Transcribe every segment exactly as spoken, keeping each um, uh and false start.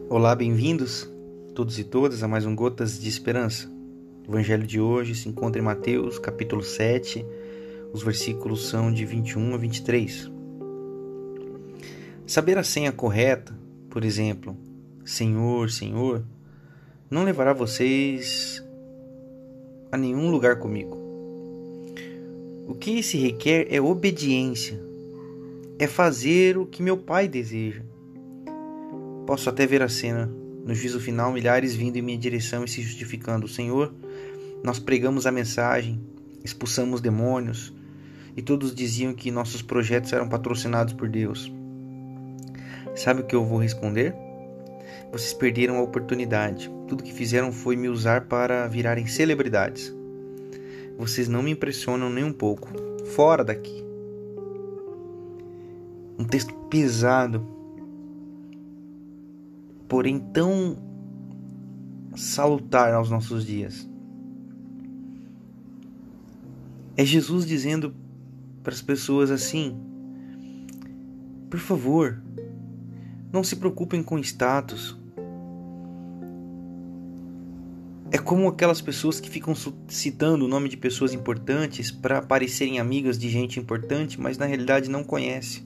Olá, bem-vindos todos e todas a mais um Gotas de Esperança. O evangelho de hoje se encontra em Mateus, capítulo sete, os versículos são de vinte e um a vinte e três. Saber a senha correta, por exemplo, Senhor, Senhor, não levará vocês a nenhum lugar comigo. O que se requer é obediência, é fazer o que meu Pai deseja. Posso até ver a cena, no juízo final, milhares vindo em minha direção e se justificando. Senhor, nós pregamos a mensagem, expulsamos demônios, e todos diziam que nossos projetos eram patrocinados por Deus. Sabe o que eu vou responder? Vocês perderam a oportunidade. Tudo que fizeram foi me usar para virarem celebridades. Vocês não me impressionam nem um pouco. Fora daqui. Um texto pesado, porém tão salutar aos nossos dias. É Jesus dizendo para as pessoas assim: por favor, não se preocupem com status. É como aquelas pessoas que ficam citando o nome de pessoas importantes para parecerem amigas de gente importante, mas na realidade não conhece.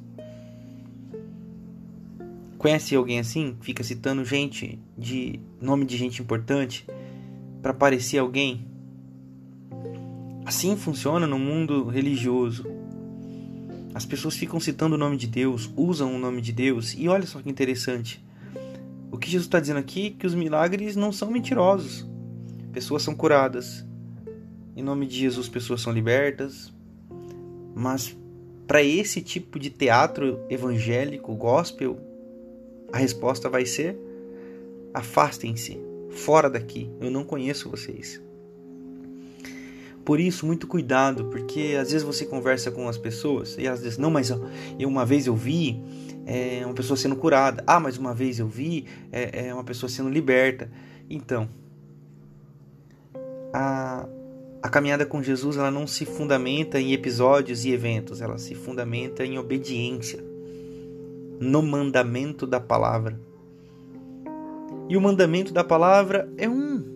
Conhece alguém assim? Fica citando gente de nome de gente importante para parecer alguém? Assim funciona no mundo religioso. As pessoas ficam citando o nome de Deus, usam o nome de Deus, e olha só que interessante. O que Jesus está dizendo aqui é que os milagres não são mentirosos. Pessoas são curadas. Em nome de Jesus, pessoas são libertas. Mas para esse tipo de teatro evangélico, gospel, a resposta vai ser: afastem-se, fora daqui, eu não conheço vocês. Por isso, muito cuidado, porque às vezes você conversa com as pessoas e às vezes, não, mas eu, uma vez eu vi é, uma pessoa sendo curada. Ah, mas uma vez eu vi é, é uma pessoa sendo liberta. Então, a, a caminhada com Jesus, ela não se fundamenta em episódios e eventos, ela se fundamenta em obediência, no mandamento da palavra. E o mandamento da palavra é um,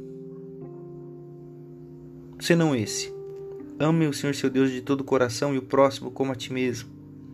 senão esse: ame o Senhor seu Deus de todo o coração e o próximo como a ti mesmo.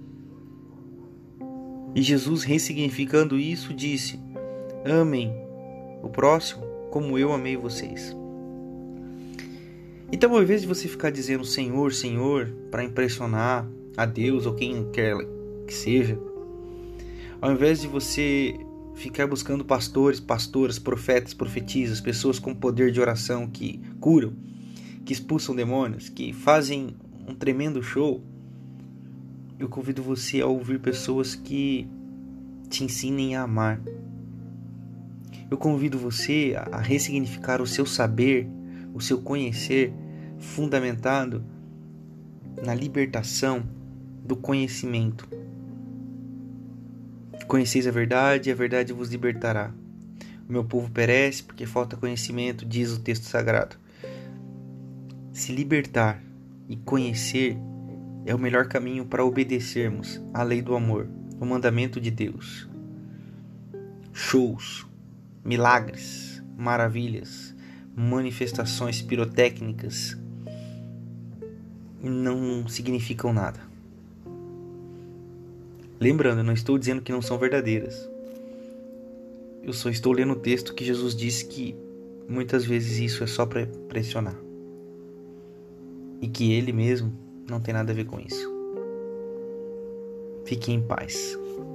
E Jesus, ressignificando isso, disse: amem o próximo como eu amei vocês. Então, ao invés de você ficar dizendo Senhor, Senhor, para impressionar a Deus ou quem quer que seja, ao invés de você ficar buscando pastores, pastoras, profetas, profetisas, pessoas com poder de oração que curam, que expulsam demônios, que fazem um tremendo show, eu convido você a ouvir pessoas que te ensinem a amar. Eu convido você a ressignificar o seu saber, o seu conhecer, fundamentado na libertação do conhecimento. Conheceis a verdade, e a verdade vos libertará. O meu povo perece porque falta conhecimento, diz o texto sagrado. Se libertar e conhecer é o melhor caminho para obedecermos à lei do amor, o mandamento de Deus. Shows, milagres, maravilhas, manifestações pirotécnicas não significam nada. Lembrando, eu não estou dizendo que não são verdadeiras. Eu só estou lendo o texto que Jesus disse que muitas vezes isso é só para pressionar. E que ele mesmo não tem nada a ver com isso. Fique em paz.